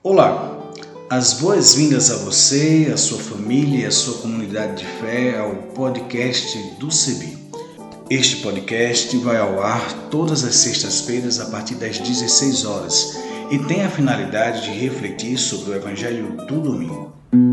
Olá, as boas-vindas a você, a sua família e a sua comunidade de fé ao podcast do CEBI. Este podcast vai ao ar todas as sextas-feiras a partir das 16 horas e tem a finalidade de refletir sobre o Evangelho do domingo.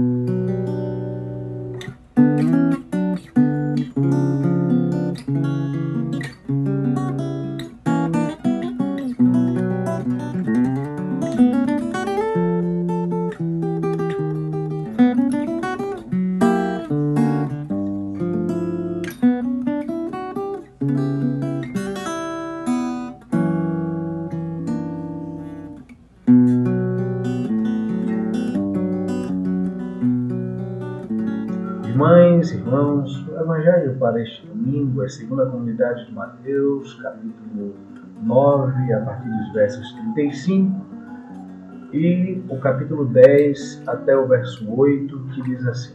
Irmãs, irmãos, o Evangelho para este domingo é segundo a comunidade de Mateus, capítulo 9, a partir dos versos 35, e o capítulo 10 até o verso 8, que diz assim: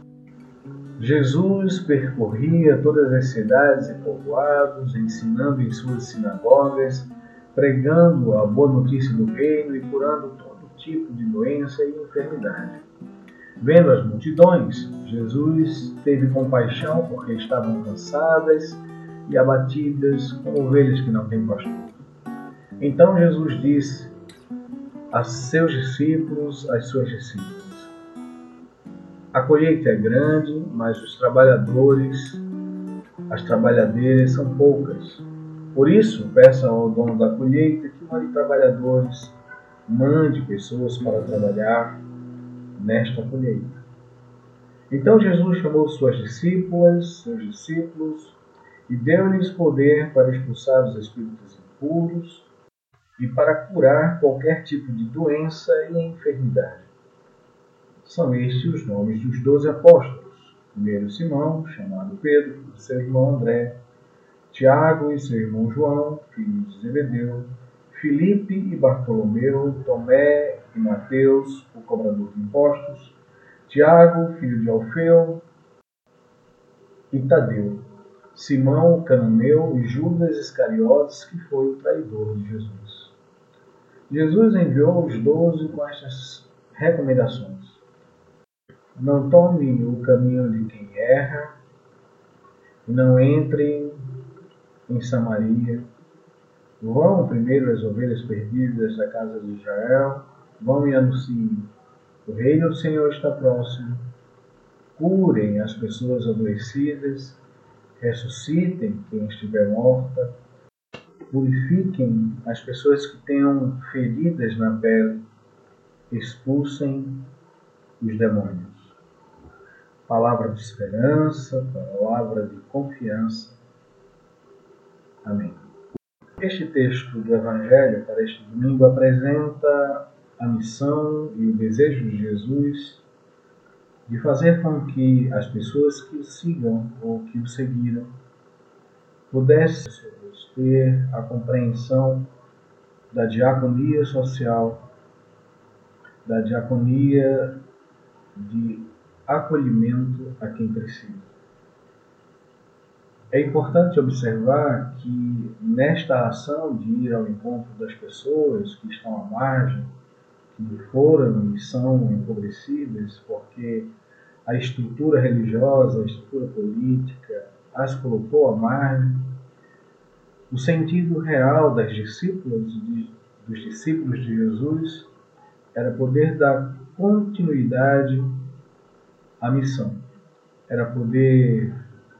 Jesus percorria todas as cidades e povoados, ensinando em suas sinagogas, pregando a boa notícia do reino e curando todo tipo de doença e enfermidade. Vendo as multidões, Jesus teve compaixão porque estavam cansadas e abatidas como ovelhas que não têm pastor. Então Jesus disse a seus discípulos, às suas discípulas: A colheita é grande, mas os trabalhadores, as trabalhadeiras são poucas. Por isso, peça ao dono da colheita que mande trabalhadores, mande pessoas para trabalhar nesta colheita. Então Jesus chamou seus discípulos, e deu-lhes poder para expulsar os espíritos impuros e para curar qualquer tipo de doença e enfermidade. São estes os nomes dos 12 apóstolos. Primeiro Simão, chamado Pedro, seu irmão André, Tiago e seu irmão João, filho de Zebedeu, Filipe e Bartolomeu, Tomé e Mateus, o cobrador de impostos, Tiago, filho de Alfeu, e Tadeu, Simão, o cananeu, e Judas Iscariotes, que foi o traidor de Jesus. Jesus enviou os 12 com estas recomendações: Não tomem o caminho de quem erra, e não entrem em Samaria. Vão primeiro as ovelhas perdidas da casa de Israel, vão e anunciem: o reino do Senhor está próximo. Curem as pessoas adoecidas, ressuscitem quem estiver morta, purifiquem as pessoas que tenham feridas na pele, expulsem os demônios. Palavra de esperança, palavra de confiança. Amém. Este texto do Evangelho para este domingo apresenta a missão e o desejo de Jesus de fazer com que as pessoas que o sigam ou que o seguiram pudessem ter a compreensão da diaconia social, da diaconia de acolhimento a quem precisa. É importante observar que nesta ação de ir ao encontro das pessoas que estão à margem, que foram e são empobrecidas porque a estrutura religiosa, a estrutura política as colocou à margem, o sentido real dos discípulos de Jesus era poder dar continuidade à missão, era poder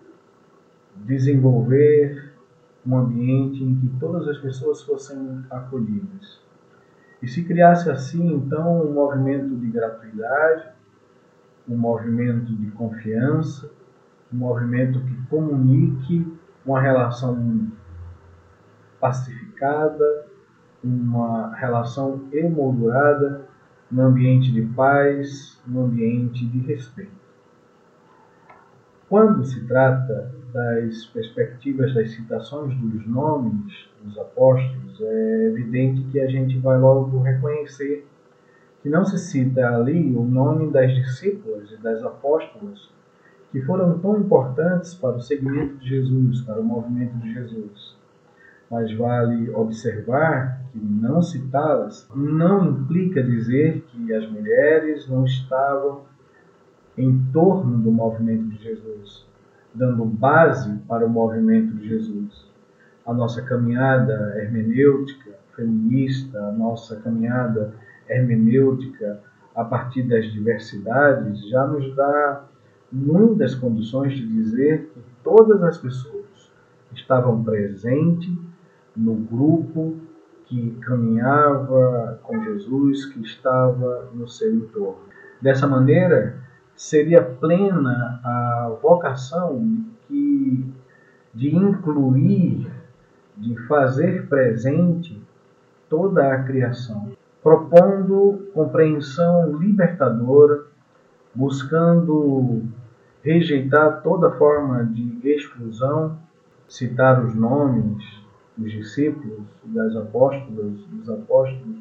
desenvolver um ambiente em que todas as pessoas fossem acolhidas. E se criasse assim, então, um movimento de gratuidade, um movimento de confiança, um movimento que comunique uma relação pacificada, uma relação emoldurada, num ambiente de paz, num ambiente de respeito. Quando se trata das perspectivas das citações dos nomes dos apóstolos, é evidente que a gente vai logo reconhecer que não se cita ali o nome das discípulas e das apóstolas que foram tão importantes para o seguimento de Jesus, para o movimento de Jesus. Mas vale observar que não citá-las não implica dizer que as mulheres não estavam em torno do movimento de Jesus, dando base para o movimento de Jesus. A nossa caminhada hermenêutica feminista, a nossa caminhada hermenêutica a partir das diversidades já nos dá muitas condições de dizer que todas as pessoas estavam presentes no grupo que caminhava com Jesus, que estava no seu entorno. Dessa maneira, seria plena a vocação de incluir, de fazer presente toda a criação, propondo compreensão libertadora, buscando rejeitar toda forma de exclusão, citar os nomes dos discípulos, das apóstolas, dos apóstolos,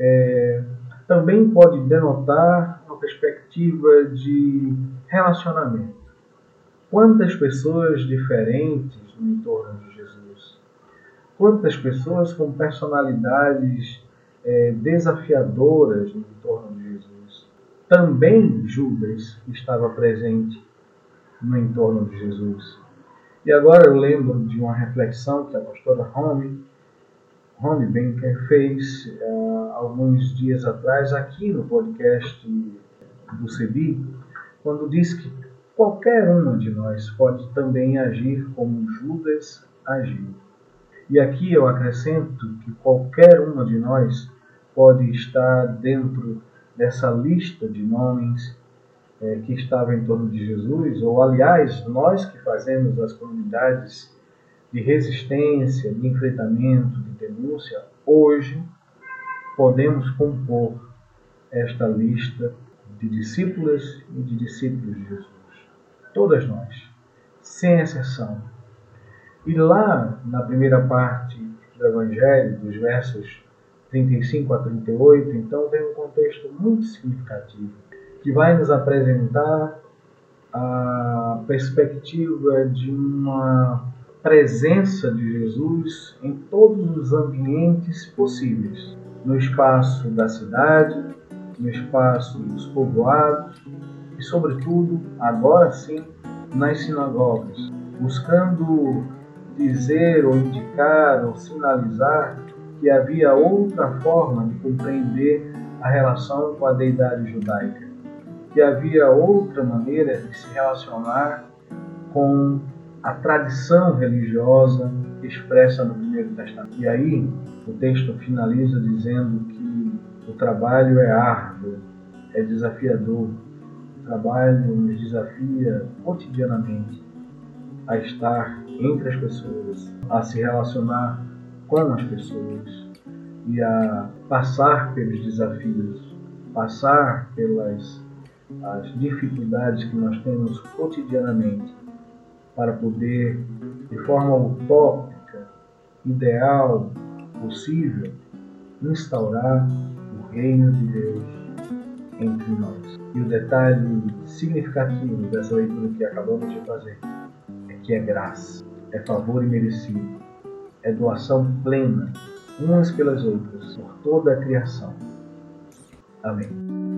também pode denotar uma perspectiva de relacionamento. Quantas pessoas diferentes no entorno de Jesus, quantas pessoas com personalidades desafiadoras no entorno de Jesus. Também Judas estava presente no entorno de Jesus. E agora eu lembro de uma reflexão que a pastora Rony Benker fez alguns dias atrás aqui no podcast do CEBI, quando disse que qualquer uma de nós pode também agir como Judas agiu. E aqui eu acrescento que qualquer uma de nós pode estar dentro dessa lista de nomes que estava em torno de Jesus, ou aliás, nós que fazemos as comunidades de resistência, de enfrentamento, de denúncia, hoje podemos compor esta lista de discípulas e de discípulos de Jesus. Todas nós, sem exceção. E lá, na primeira parte do Evangelho, dos versos 35 a 38, então vem um contexto muito significativo, que vai nos apresentar a perspectiva de uma presença de Jesus em todos os ambientes possíveis, no espaço da cidade, no espaço dos povoados e, sobretudo, agora sim, nas sinagogas, buscando dizer ou indicar ou sinalizar que havia outra forma de compreender a relação com a deidade judaica, que havia outra maneira de se relacionar com a tradição religiosa expressa no Primeiro Testamento. E aí o texto finaliza dizendo que o trabalho é árduo, é desafiador. O trabalho nos desafia cotidianamente a estar entre as pessoas, a se relacionar com as pessoas e a passar pelos desafios, passar pelas as dificuldades que nós temos cotidianamente para poder, de forma utópica, ideal, possível, instaurar o reino de Deus entre nós. E o detalhe significativo dessa leitura que acabamos de fazer é que é graça, é favor imerecido, é doação plena, umas pelas outras, por toda a criação. Amém.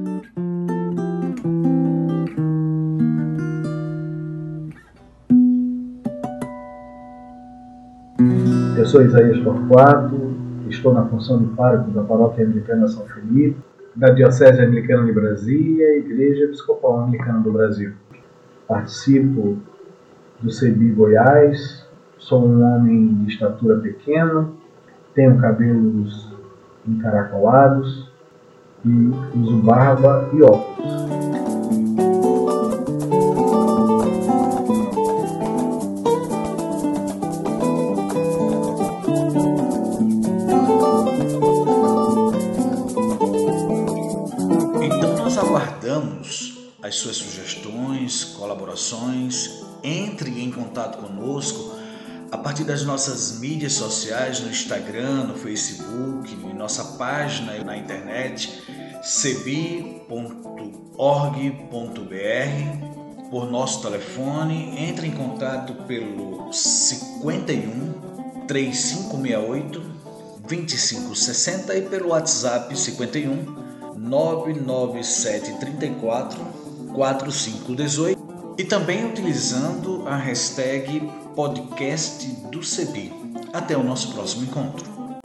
Eu sou Isaías Torquato, estou na função de pároco da Paróquia Anglicana São Felipe, da Diocese Anglicana de Brasília e Igreja Episcopal Anglicana do Brasil. Participo do CEBI Goiás, sou um homem de estatura pequena, tenho cabelos encaracolados e uso barba e óculos. Então nós aguardamos as suas sugestões, colaborações. Entre em contato conosco a partir das nossas mídias sociais, no Instagram, no Facebook, em nossa página na internet, cebi.org.br, por nosso telefone. Entre em contato pelo 51 3568 2560 e pelo WhatsApp 51 99734 4518 e também utilizando a hashtag podcast do CEBI. Até o nosso próximo encontro.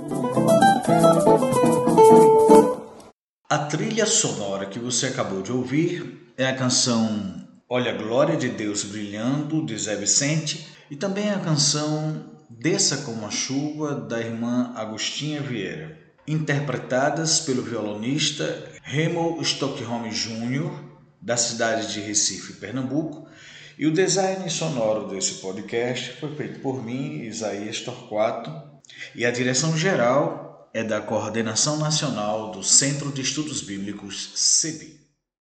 A trilha sonora que você acabou de ouvir é a canção Olha a Glória de Deus Brilhando, de Zé Vicente, e também a canção Desça como a Chuva, da irmã Agostinha Vieira, interpretadas pelo violonista Remo Stockholm Jr., da cidade de Recife, Pernambuco, e o design sonoro desse podcast foi feito por mim, Isaías Torquato, e a direção geral é da Coordenação Nacional do Centro de Estudos Bíblicos, CEBI.